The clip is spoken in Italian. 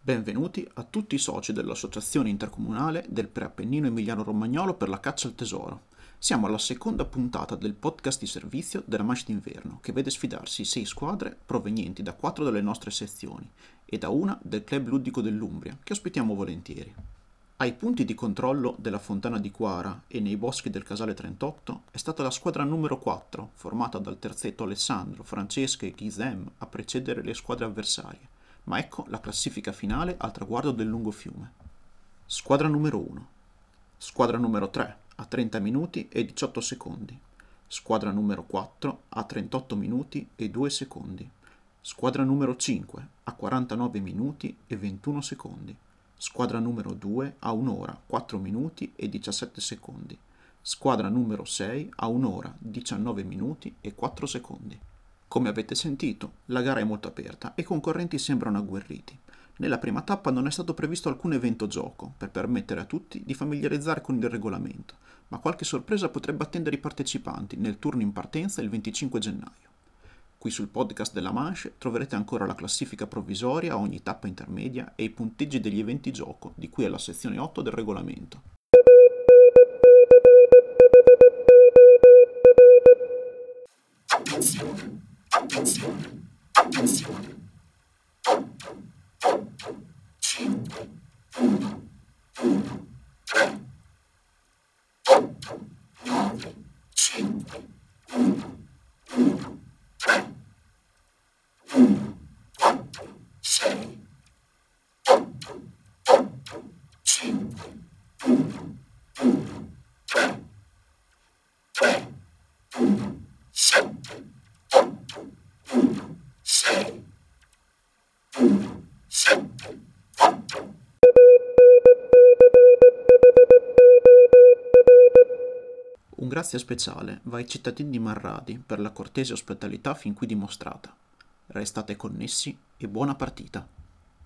Benvenuti a tutti i soci dell'Associazione Intercomunale del Preappennino Emiliano-Romagnolo per la caccia al tesoro. Siamo alla seconda puntata del podcast di servizio della Manche d'inverno, che vede sfidarsi 6 squadre provenienti da 4 delle nostre sezioni e da una del Club Ludico dell'Umbria, che ospitiamo volentieri. Ai punti di controllo della Fontana di Quara e nei boschi del Casale 38 è stata la squadra numero 4, formata dal terzetto Alessandro, Francesca e Ghizem, a precedere le squadre avversarie. Ma ecco la classifica finale al traguardo del lungo fiume. Squadra numero 1. Squadra numero 3 a 30 minuti e 18 secondi. Squadra numero 4 a 38 minuti e 2 secondi. Squadra numero 5 a 49 minuti e 21 secondi. Squadra numero 2 a 1 ora, 4 minuti e 17 secondi. Squadra numero 6 a 1 ora, 19 minuti e 4 secondi. Come avete sentito, la gara è molto aperta e i concorrenti sembrano agguerriti. Nella prima tappa non è stato previsto alcun evento gioco per permettere a tutti di familiarizzare con il regolamento, ma qualche sorpresa potrebbe attendere i partecipanti nel turno in partenza il 25 gennaio. Qui sul podcast della Manche troverete ancora la classifica provvisoria a ogni tappa intermedia e i punteggi degli eventi gioco di cui è la sezione 8 del regolamento. Attenzione, attenzione. 5, 1, 1, 3, 8, 9, 5, 1, 1, 3, 1, 4, 6, 8, 8, 5, 1, 1, 3, 3, 1, 7, 8, 1, 6, 1, 7, 4. Un grazie speciale va ai cittadini di Marradi per la cortese ospitalità fin qui dimostrata. Restate connessi e buona partita.